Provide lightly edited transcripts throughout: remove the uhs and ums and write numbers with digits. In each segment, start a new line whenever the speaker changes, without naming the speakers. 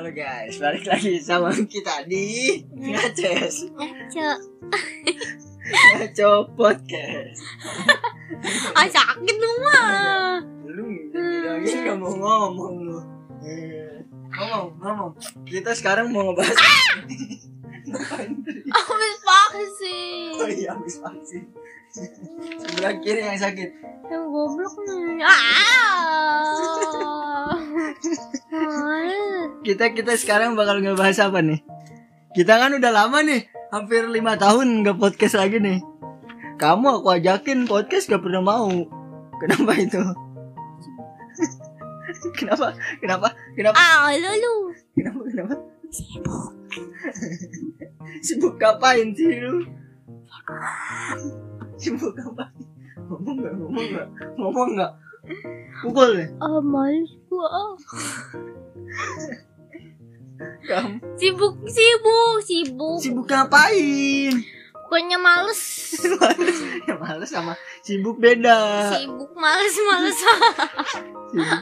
Halo guys, balik lagi sama kita di Ngaco Podcast.
Sakit lu mah.
Lu bilangin gak mau ngomong lu. Ngomong. Kita sekarang mau ngebahas
Habis vaksin.
Oh iya, habis vaksin. Sebelah kiri yang sakit.
Yang goblok nih.
Kita sekarang bakal ngebahas apa nih? Kita kan udah lama nih, hampir 5 tahun nggak podcast lagi nih. Kamu aku ajakin podcast gak pernah mau. Kenapa itu? Kenapa?
Lu.
Kenapa? Sibuk ngapain sih lu? Sibuk ngapain? Ngomong nggak? Pukul deh.
Males gua.
Kamu
Sibuk
ngapain?
Bukannya males.
Ya males sama sibuk beda.
Sibuk males.
Sibuk.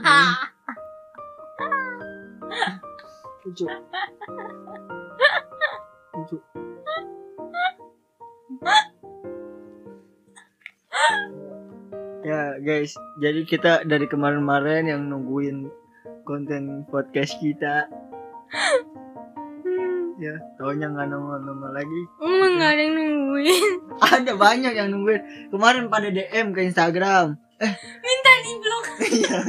Lucu. Ya guys, jadi kita dari kemarin-kemarin yang nungguin konten podcast kita. Ya, taunya nggak nongol lagi.
Emang nggak ada yang nungguin.
Ada banyak yang nungguin. Kemarin pada DM ke Instagram.
Minta di blok.
Iya.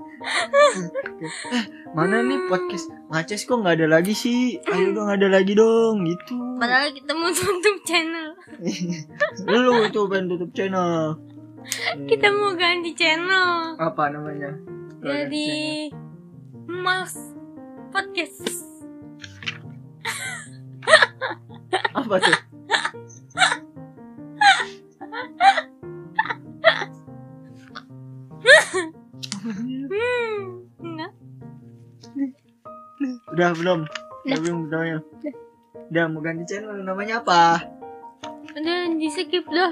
Mana nih podcast Ngaces kok nggak ada lagi sih? Ayo dong, ada lagi dong gitu.
Padahal kita mau tutup channel.
Lu tuh pengen tutup channel.
Kita mau ganti channel.
Apa namanya?
Jadi Mas Podcast.
Apa tuh?
Enggak.
Udah belum namanya. Udah mau ganti channel, namanya apa?
Udah di skip dah.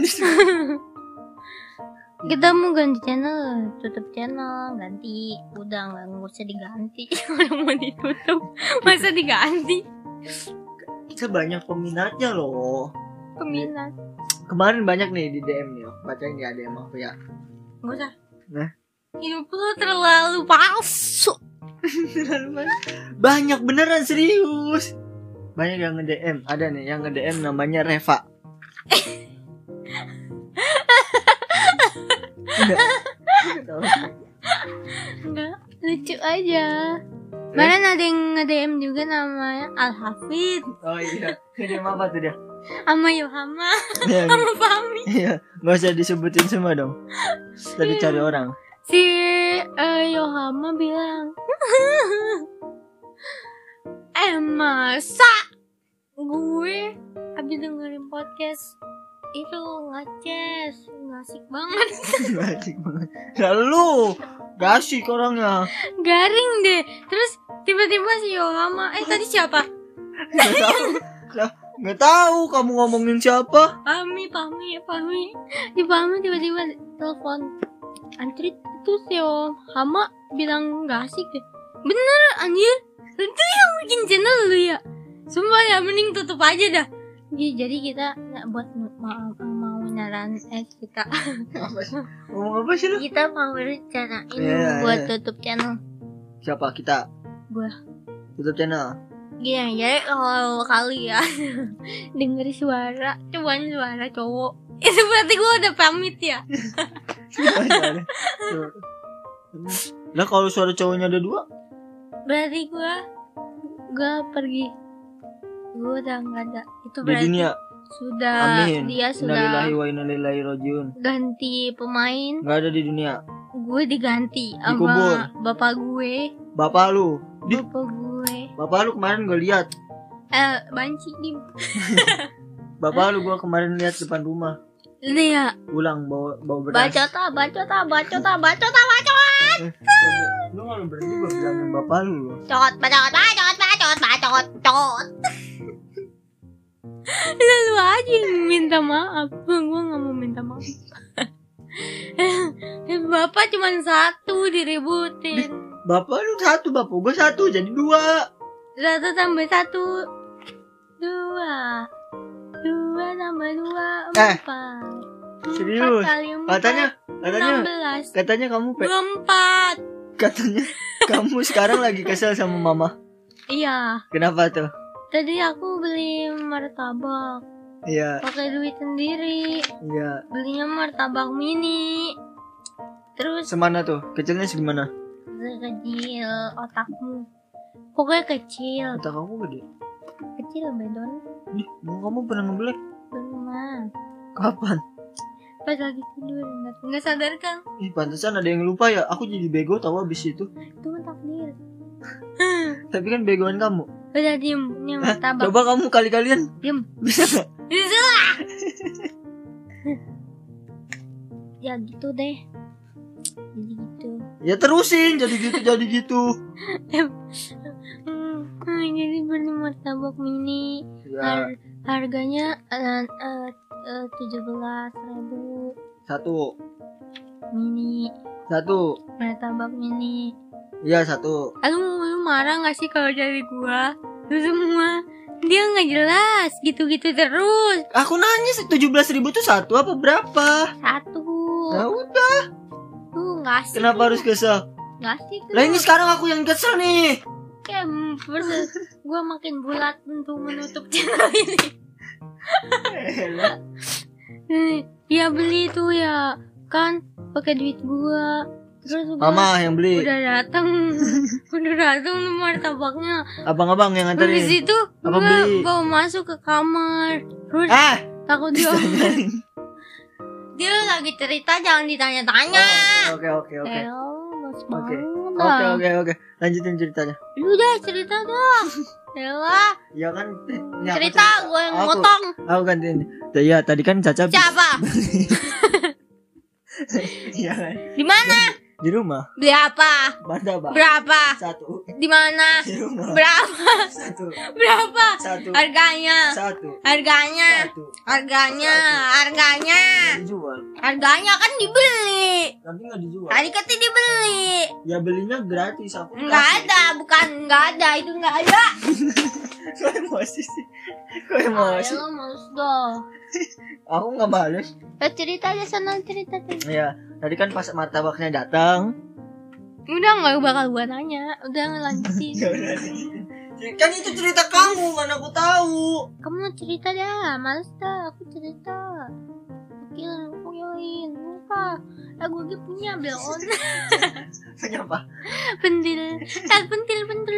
Kita mau ganti channel, tutup channel, ganti. Udah nggak usah diganti. Udah mau ditutup, masa diganti?
Kita banyak peminatnya loh.
Peminat.
Kemarin banyak nih di DM nih, bacain ya DM aku ya.
Nggak usah.
Nah.
Hidup lu terlalu palsu.
Banyak beneran, serius. Banyak yang nge-DM. Ada nih yang nge-DM namanya Reva.
Enggak, lucu aja. Kemarin ada yang nge-DM juga namanya Al-Hafid.
Oh iya, nge-DM apa tuh dia?
Sama Yohama.
Iya,
Sama Fahmi.
iya, gak usah disebutin semua dong. Tadi cari orang.
Si Yohama bilang, masa gue habis dengerin podcast itu Ngaces, nggak asik banget.
Gak asik banget. Lalu gak asik orangnya.
Garing deh. Terus tiba-tiba si Yohama, tadi siapa?
Gak tahu. Lah, gak tahu kamu ngomongin siapa?
Fahmi. Di Fahmi tiba-tiba telepon. Antrit itu si Yohama bilang nggak asik deh. Bener anjir. Itu yang bikin channel lu ya. Sumpah ya, mending tutup aja dah. Jadi kita buat mau nyaran kita.
Ngomong apa sih lu?
Kita mau rencanain buat tutup channel.
Siapa kita?
Gua.
Tutup channel.
Gini jadi kalau kalian denger suara cowok, itu berarti gua udah pamit ya.
Lah kalau suara cowoknya ada 2?
Berarti gua pergi. Gua udah nggak ada. Itu
di
berarti
dunia.
Sudah.
Amin.
Dia sudah.
Innalillahi wa inna ilaihi rajiun.
Ganti pemain.
Nggak ada di dunia.
Gue diganti
Dikubur.
sama bapak gue.
Bapak lu.
Bapak gue.
Bapak lu kemarin gue lihat.
Banci dim.
Bapak lu gue kemarin lihat depan rumah.
Iya.
Pulang bawa beras.
Bacot.
Lu nggak berani gue bilangin bapak lu.
Bacot. Lalu aja yang minta maaf. Gue gak mau minta maaf. Bapak cuma 1 diributin.
Bapak lu satu, bapak gua satu, jadi 2.
1 tambah 1 2 2 tambah 2 4
Serius?
4 kali 4
Katanya
16
katanya kamu
24.
katanya kamu sekarang lagi kesel sama mama.
Iya,
Kenapa tuh?
tadi aku beli martabak
Iya,
pakai duit sendiri.
iya.
Belinya martabak mini. Terus
Semana tuh? Kecilnya segimana?
kecil otakmu. Pokoknya kecil.
Otak kamu gede.
Kecil bedon.
Ih, kamu pernah ngebelek?
Benar.
Kapan?
Pas lagi tidur nggak sadar kan?
Ih, pantesan ada yang lupa ya. Aku jadi bego tahu abis itu.
Itu mah takdir.
Tapi kan begoan kamu.
Udah diem, ini
Hah?
martabak.
Coba kamu kali-kalian.
Diem.
Bisa gak?
Bisa lah. Ya gitu deh. Jadi gitu.
Ya terusin jadi gitu.
Jadi beli martabak mini.
Ya,
Harganya 17.000
1.
mini. Martabak mini.
Iya, 1.
Lu marah gak sih kalau dari gua? Lu semua dia nggak jelas gitu-gitu terus.
Aku nanya 17.000 tuh 1 apa berapa?
1.
Ya udah.
Tuh nggak asik.
Kenapa harus kesel?
Nggak asik.
Lah ini sekarang aku yang kesel nih.
Kayak gua makin bulat untuk menutup channel ini. Ya beli tuh ya kan pakai duit gua. Terus gua
Mama yang beli.
udah datang martabaknya.
Abang-abang yang
Habis
nganterin.
itu
Apa
gua
beli?
bawa masuk ke kamar. Terus takut dia lagi cerita jangan ditanya-tanya.
Oke.
Mas
Oke.
banget.
Oke. Lanjutin ceritanya.
Lu dah cerita dong. Elah,
Ya kan ini aku
cerita gue yang
Aku-
motong.
Aku gantiin. Ya tadi kan Caca
Siapa?
Iya kan?
Di mana?
Di rumah.
Beli apa?
Martabak.
Berapa?
1.
Di mana?
Di rumah.
Berapa?
1.
Berapa?
1.
Harganya?
1.
Harganya?
1.
Harganya? Harganya?
Dijual.
Harganya kan dibeli.
Tapi nggak dijual.
Tadi kata dibeli.
Ya belinya gratis aku.
Enggak ada, bukan enggak ada, itu enggak ada.
Kok emosi sih? Kok emosi?
Ayo, males dong.
Aku nggak bales.
Cerita aja sana cerita.
Ya, tadi kan pas martabaknya datang.
Udah enggak bakal gua nanya, udah ngelanjutin.
Ya udah. Kan itu cerita kamu, mana aku tahu.
Kamu cerita dah, males dah, aku cerita. Oke, aku yoin, lupa. Aku lagi punya belon.
Kenapa?
Pentil, pentil.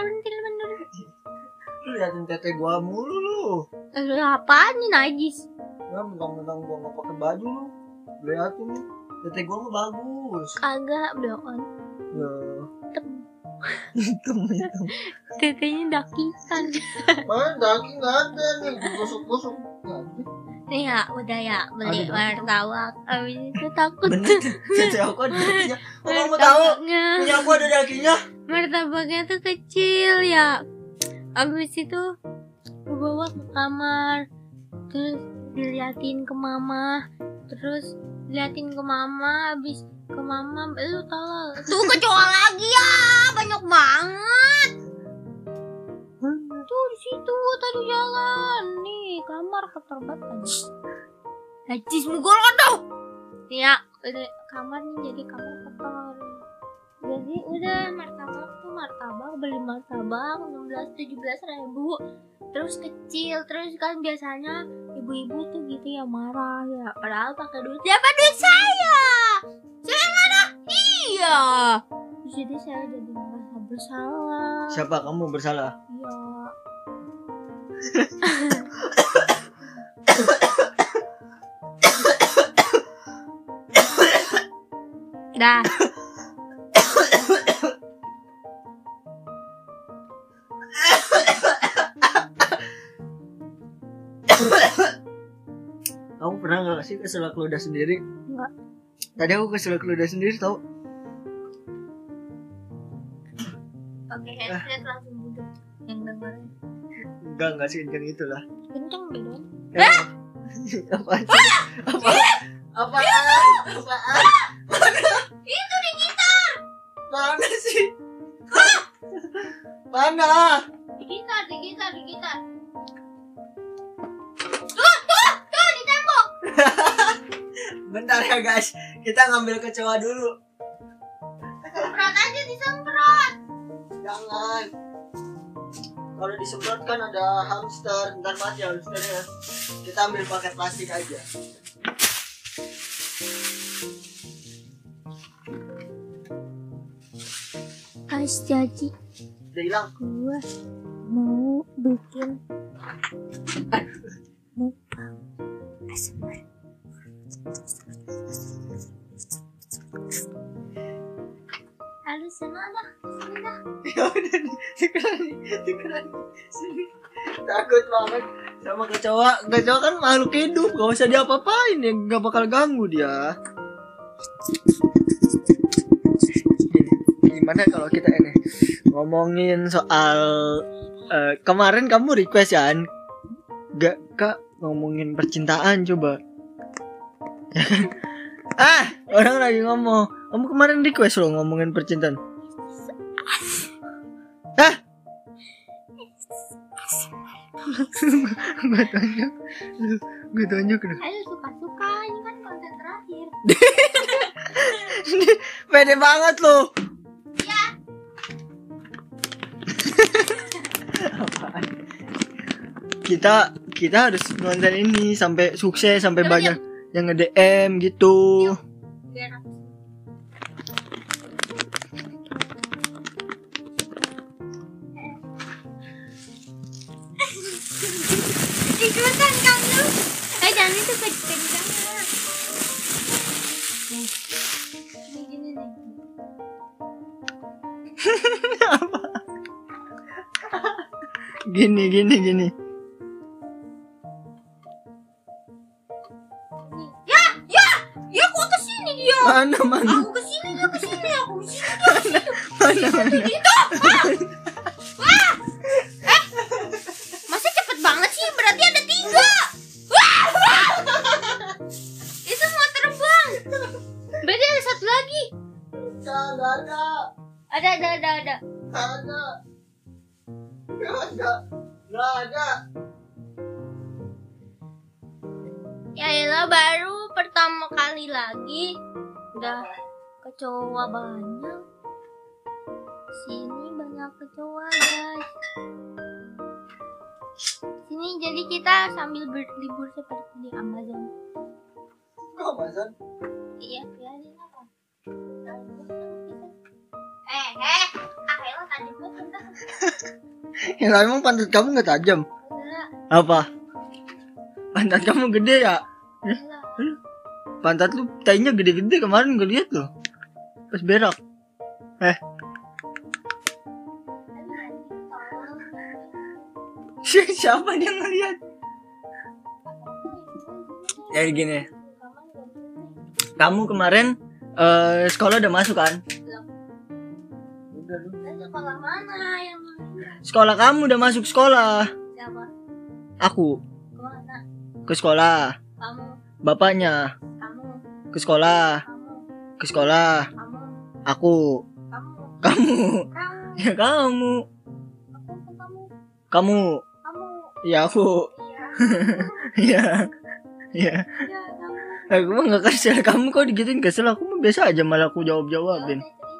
Lu liatin tete gua mulu lu.
Apaan nih najis?
Ya mentang-mentang gua nggak pakai baju lu. Liatin nih. Tete gua mah bagus.
Kagak belon.
Ya.
Hitam.
Hitam.
Tetenya dakikan.
Mana daging nggak ada nih. Gosok-gosok.
Nih ya, udah ya, beli
Ada
martabak. Abis itu takut.
Bener. Tete aku ada dagingnya. Kok kamu tahu? Punya aku ada dagingnya.
Martabaknya tuh kecil ya. Abis itu gue bawa ke kamar. Terus diliatin ke mama. Abis ke mama, lu tolol. Tuh kecoa lagi ya, banyak banget. Tuh di situ tadi jalan. Nih kamar kotor banget aja. Najis mugol tuh. Ya, udah kamar nih jadi kamar kotor. Jadi udah martabak beli martabak 17.000 terus kecil, terus kan biasanya ibu-ibu tuh gitu ya marah ya, padahal pakai duit siapa, duit saya marah, iya. Jadi saya jadi merasa bersalah.
Siapa kamu bersalah?
Iya. Dah.
Kamu pernah nggak sih keselak ludah sendiri?
Enggak.
Tadi aku keselak ludah sendiri tau.
Oke, headset langsung duduk yang dengerin.
Enggak sih kenceng itu lah.
Kenceng belum?
Apaan sih? Apaan?
Itu di gitar.
Mana sih? Mana?
Di gitar. Tuh di tembok.
Bentar ya guys, kita ngambil kecoa dulu.
Semprot aja, disemprot.
Jangan. Kalau disemprot kan ada hamster, ntar mati hamsternya. Kita ambil pakai plastik aja.
Guys, jadi
Udah hilang.
gue mau bikin mukbang ASMR. Halo, sana dah. Sini dah.
Ya udah nih, sekarang sini. Takut banget sama kecoa. Kecoa kan makhluk hidup, gak usah diapa-apain ya, gak bakal ganggu dia. Gimana kalau kita ini ngomongin soal kemarin kamu request kan? Gak kak ngomongin percintaan coba. Orang lagi ngomong. Kamu kemarin request loh ngomongin percintaan. Gue tunjuk deh.
Ayo suka-suka, ini kan konten terakhir.
Pede banget loh.
Ya.
Apaan? Kita harus nonton ini sampai sukses, sampai
Yuk,
banyak yang nge-DM gitu.
Biar aku. Ikutan kamu. Jangan itu kencang. Nih, gini nih.
Gini.
Ya kok kesini dia?
Mana?
Aku kesini, dia kesini, aku kesini.
Mana?
Itu. Wah. Masa cepet banget sih? Berarti ada 3. Wah. Itu mau terbang. Berarti ada 1 lagi. Ada.
Nggak ada.
Ya elah, baru pertama kali lagi. Udah kecoa banyak. Sini banyak kecoa, guys. Sini jadi kita sambil berlibur seperti di Amazon.
Kok Amazon?
Iya, biarin apa? Elah tajam banget.
Ya emang pantat kamu nggak tajam?
Enggak,
Apa? Pantat kamu gede ya?
enggak.
Pantat lu tainya gede-gede kemarin gue lihat loh. Pas berak. Siapa dia ngeliat? Ya gini. Kamu kemarin sekolah udah masuk kan?
Sekolah mana yang mana?
Sekolah kamu udah masuk sekolah.
Siapa?
Aku
Kemana?
ke sekolah.
Kamu.
Bapaknya
Kamu.
ke sekolah.
Kamu.
Ke sekolah.
Kamu.
Aku.
Kamu.
Kamu.
Kamu.
Ya kamu.
Kamu.
Kamu.
Kamu.
Ya aku.
Iya.
Ya.
Iya, kamu.
Aku mah gak kesel. Kamu kok digituin kesel. Aku mah biasa aja malah aku jawab-jawabin.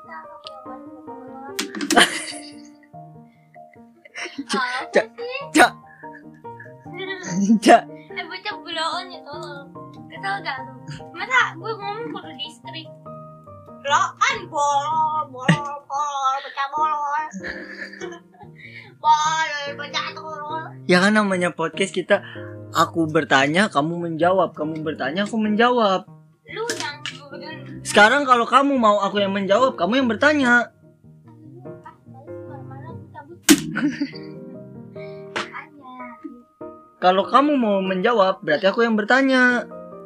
Cak.
Bocah buloan ya tolong. Kesel gak lu? Masa gue ngomong perlu di skrip? Buloan, bolol, bocah bolol. Bocah tolol.
Ya kan namanya podcast kita. Aku bertanya, kamu menjawab. Kamu bertanya, aku menjawab.
Lu yang
Sekarang kalau kamu mau aku yang menjawab, kamu yang bertanya. Kalau kamu mau menjawab, berarti aku yang bertanya.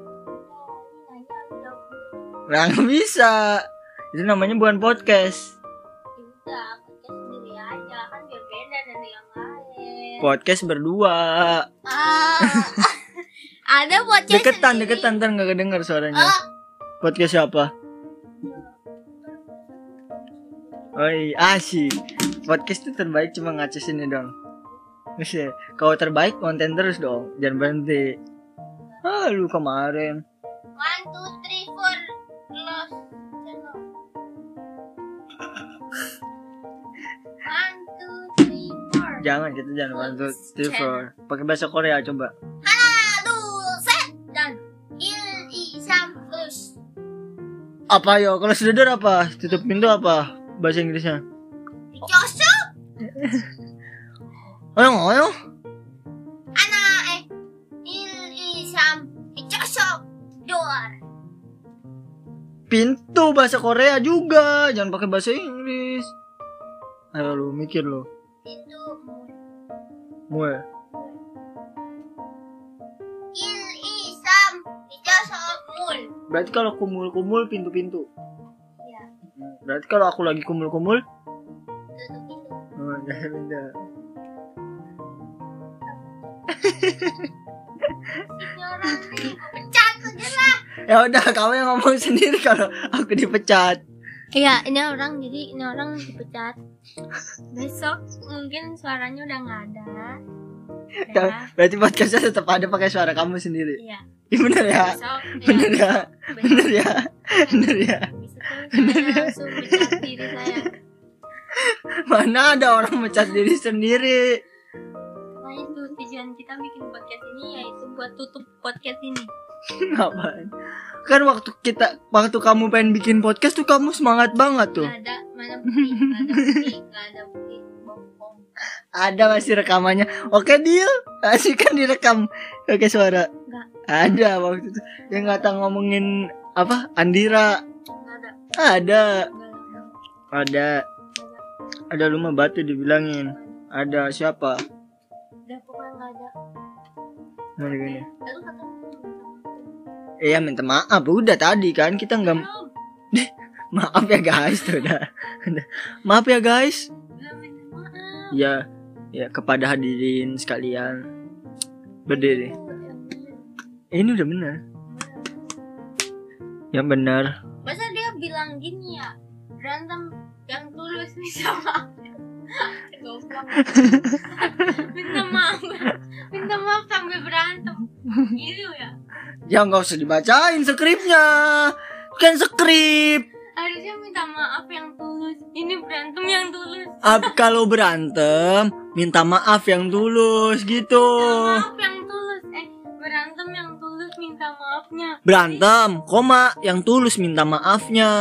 Nah, nggak bisa. Itu namanya bukan podcast.
Udah, podcast sendiri aja kan biar beda dari yang lain.
Podcast berdua.
Ada podcast
Deketan,
sendiri.
ntar nggak kedengar suaranya. Podcast siapa? Oi, asik. Podcast itu terbaik cuma ngaca sini dong. Bisa. Kalau terbaik konten terus dong, jangan berhenti. Lu kemarin
1, 2, 3, 4 close channel. 1, 2, 3, 4.
jangan kita jangan bantu Steve. Pakai bahasa Korea coba.
Ha나 둘 셋. Dan 1, 2, 3 close.
Apa yo? Kalau sudah apa? Tutup pintu apa? Bahasa Inggrisnya.
Joseph.
Ayo.
하나 1, 2, 3 Joseph. Door.
Pintu bahasa Korea juga, jangan pakai bahasa Inggris. Ayo lu mikir lu.
Pintu.
Mue.
1, 2, 3 Joseph mul.
Berarti kalau kumul-kumul pintu-pintu.
Iya.
Berarti kalau aku lagi kumul-kumul,
Tutup pintu.
jangan pintu.
Ini orang nih, pecat aja lah.
Ya udah, kamu yang ngomong sendiri kalau aku dipecat.
Iya, ini orang dipecat. Besok mungkin suaranya udah nggak ada. Ya.
Berarti podcastnya tetap ada pakai suara kamu sendiri.
Iya.
Iya bener ya.
Besok,
Bener ya.
besok,
Bener ya. Bener ya.
besok saya langsung pecat diri saya.
Mana ada orang mecat diri sendiri.
Nah itu tujuan kita bikin podcast ini yaitu buat tutup podcast ini.
Ngapain? Kan waktu kamu pengen bikin podcast tuh kamu semangat banget tuh.
Gak ada, mana bukti, gak ada bukti, bohong.
Ada masih rekamannya. Oke deal. Masih kan direkam. Oke suara.
Enggak,
Ada waktu itu. Yang kata ngomongin apa? Andira.
gak ada,
Ada.
gak ada.
Ada rumah batu dibilangin. Ada siapa?
Udah pokoknya gak ada.
Mana gini?
Lalu kata
Iya minta maaf. Udah tadi kan kita nggak. Maaf ya guys tuh udah. Maaf ya guys.
Udah minta maaf.
Ya kepada hadirin sekalian. Berdiri. Ini udah benar. Yang benar.
Masa dia bilang gini ya, berantem yang tulus minta maaf. Goblok. Minta maaf sampai berantem. Gitu ya.
Ya nggak usah dibacain skripnya. Kan skrip.
Harusnya minta maaf yang tulus. Ini berantem yang tulus.
Kalau berantem minta maaf yang tulus gitu.
Maaf yang tulus. Berantem yang tulus minta maafnya.
Berantem, koma yang tulus minta maafnya.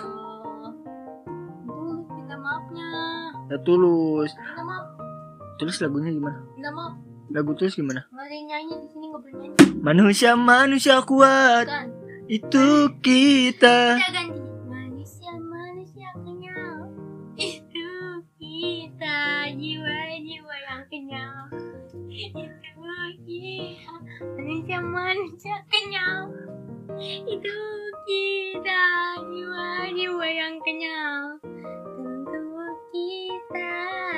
Tulus minta maafnya.
Ya tulus.
Minta maaf.
Tulus lagunya gimana?
Minta maaf.
Lagu tulus gimana?
Nggak ada yang nyanyi di sini, nggak boleh nyanyi.
Manusia kuat.
Bukan.
Itu kita.
Kita ganti. Manusia kenyal. Itu kita jiwa yang kenyal. Itu kita manusia kenyal. Itu kita jiwa yang kenyal. Tentu kita.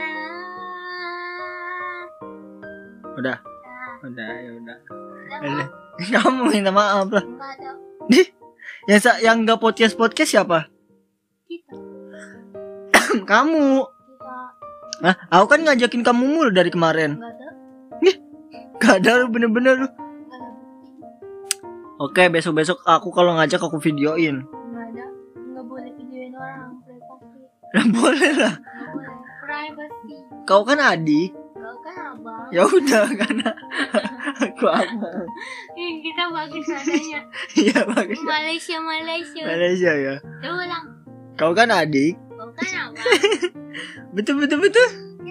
Udah.
Nah,
Ya udah.
udah,
Kamu minta maaf lah.
nggak ada
Yang nggak podcast siapa?
kita.
Kamu.
Kita
Nah, aku kan ngajakin kamu mulu dari kemarin.
nggak ada.
Gak ada lu bener-bener lu.
Nggak ada bukti.
Oke, besok aku kalau ngajak aku videoin.
Nggak ada. Nggak boleh videoin orang. Privasi.
Nah, boleh lah.
Nggak boleh. Privasi.
Kau kan adik.
Kau kan abang.
Ya udah karena aku abang.
Kita bagus nadanya.
Iya bagus.
Malaysia.
Malaysia ya.
Ulang.
Kau kan adik.
Kau kan abang.
Betul.
Tidak.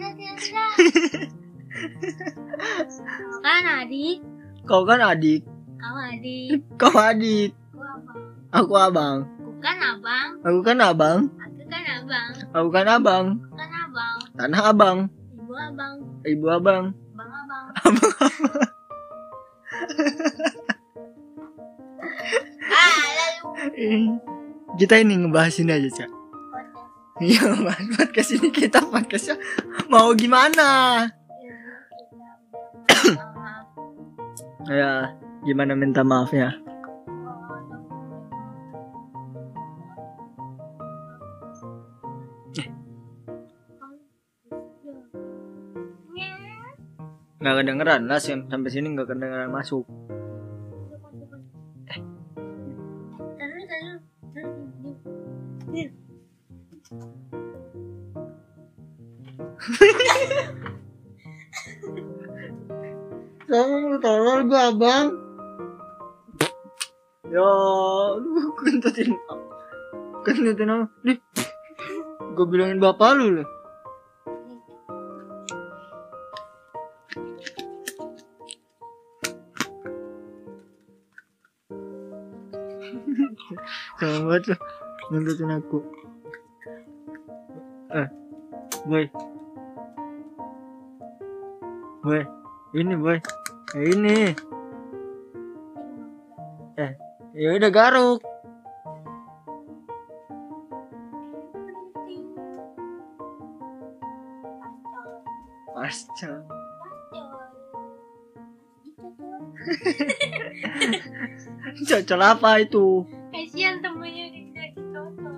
Kau kan adik.
Kau kan adik.
Kau adik.
Kau adik.
Kau abang.
Aku abang.
Aku kan abang.
Aku kan abang.
Aku kan abang.
Aku kan abang.
Aku kan abang.
Tanah abang.
Ibu abang.
Ibu abang.
Bang abang. Lalu.
Kita ini ngebahas ini aja, Cak. Iya, ngebahas podcast ini kita podcastnya mau gimana? Ya, gimana minta maafnya? Nggak kedengeran lah, sampai sini nggak kedengeran masuk. Kamu tolol gue abang. Ya, lu kentutin apa? Nih, gue bilangin bapak lu loh. Sama banget loh, ngentutin aku. Boy, ini boy, ini. Ya udah garuk. Pasca. Cocol apa itu?
Kasihan temennya tidak dicocol.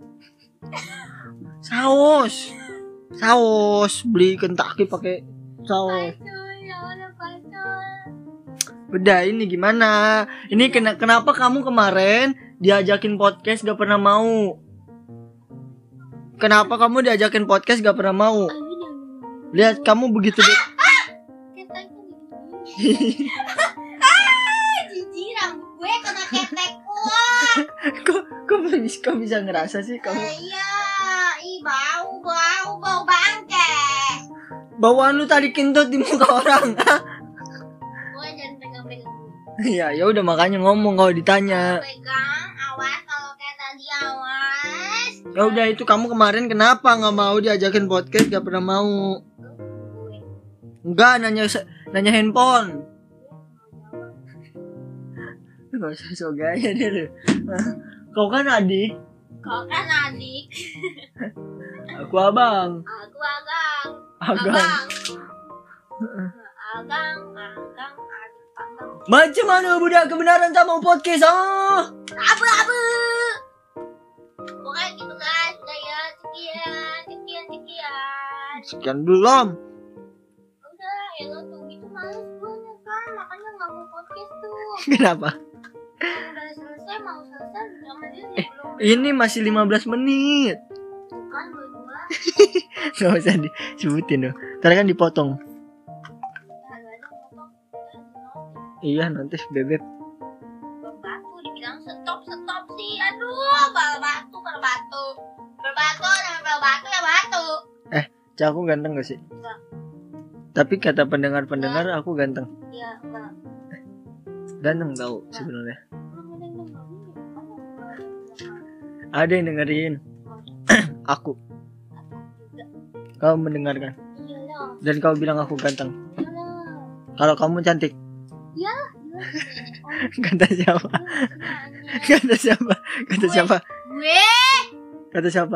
Saus. Beli Kentucky pakai saus. Beda ini gimana? Ini kenapa kamu kemarin diajakin podcast gak pernah mau? Kenapa kamu diajakin podcast gak pernah mau? Lihat kamu begitu deh.
Jijik, rambut gue kena ketek gua.
Kok bisa ngerasa sih kamu?
Iya, bau bangke.
Bawaan lu tadi kentut di muka orang.
Gue jangan pegang-pegang.
Ya udah makanya ngomong kalau ditanya.
Pegang, awas kalau kayak tadi awas.
Ya udah itu kamu kemarin kenapa nggak mau diajakin podcast gak pernah mau? Enggak, nanya handphone. Gak usah so gaya deh lu. Kau kan adik. Aku abang. Agang. Macam mana budak kebenaran tak mau podcast
Abu. Pokoknya gitu kan, udah ya, sekian.
Sekian belum.
Udah, lo tuh gitu males gue kan, makanya gak mau podcast tuh.
Kenapa?
Udah selesai, mau selesai sama dia nih, belum.
Ini masih 15 menit.
Kan berdua.
Gak usah disebutin dong. Ntar kan dipotong. Iya nanti bebek.
Berbatu dibilang stop sih. Aduh, berbatu ya batu.
Cak aku ganteng gak sih?
Enggak.
Tapi kata pendengar aku ganteng.
Iya, enggak.
Ganteng tau sebenarnya. Ada yang dengerin. Aku. Kau mendengarkan.
Iyalah.
Dan kau bilang aku ganteng.
Iyalah.
Kalau kamu cantik.
Iyalah.
Kata siapa? Kata siapa? Kata siapa?
Gue.
Kata siapa?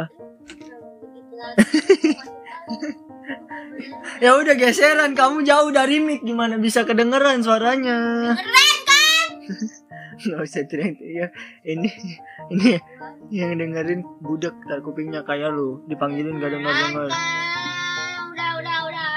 Ya udah geseran, kamu jauh dari mic, gimana bisa kedengeran suaranya?
Keren kan?
Nggak usah teriak-teriak. Ini yang dengerin budak tar kupingnya kayak lu, dipanggilin gak denger.
Udah.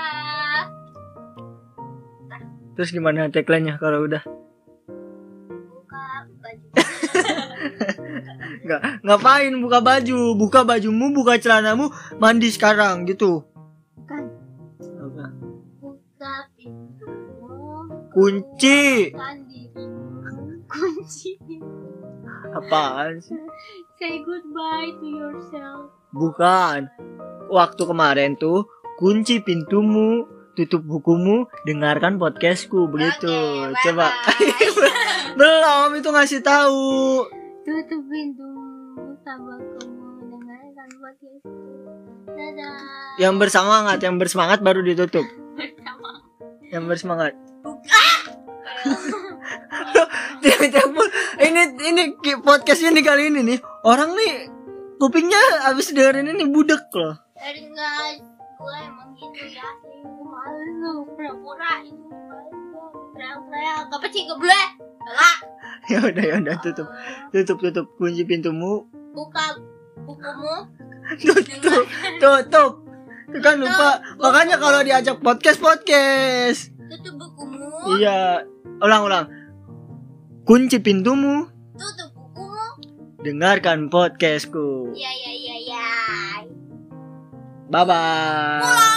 Terus gimana tagline-nya kalau udah?
Buka baju.
Nggak, ngapain buka baju? Buka bajumu, buka celanamu, mandi sekarang gitu.
Bukan.
Apa?
Buka pintumu.
Kunci.
Bukan dirimu. Kunci.
Apaan sih?
Say goodbye to yourself.
Bukan. Waktu kemarin tuh kunci pintumu, tutup bukumu, dengarkan podcastku begitu.
Oke,
Coba.
bye-bye.
Belum itu ngasih tahu.
Tutup pintumu sama kamu dengarkan podcastku. Dadah.
Yang bersemangat baru ditutup.
Sama.
Yang bersemangat.
Buka.
Ini podcast ini kali ini nih orang nih kupingnya abis dengerin ini budek loh.
Dari guys, gue emang gitu ya. Males lu pura-pura itu. Teriak-teriak. Apa sih gue? Salah.
Ya udah tutup kunci pintumu.
Buka bukumu.
Tutup Kan lupa. Makanya kalau diajak podcast.
Tutup bukumu.
Iya. Ulang. Kunci pintumu.
Tutup bukumu.
Dengarkan podcastku.
Ya.
Bye bye.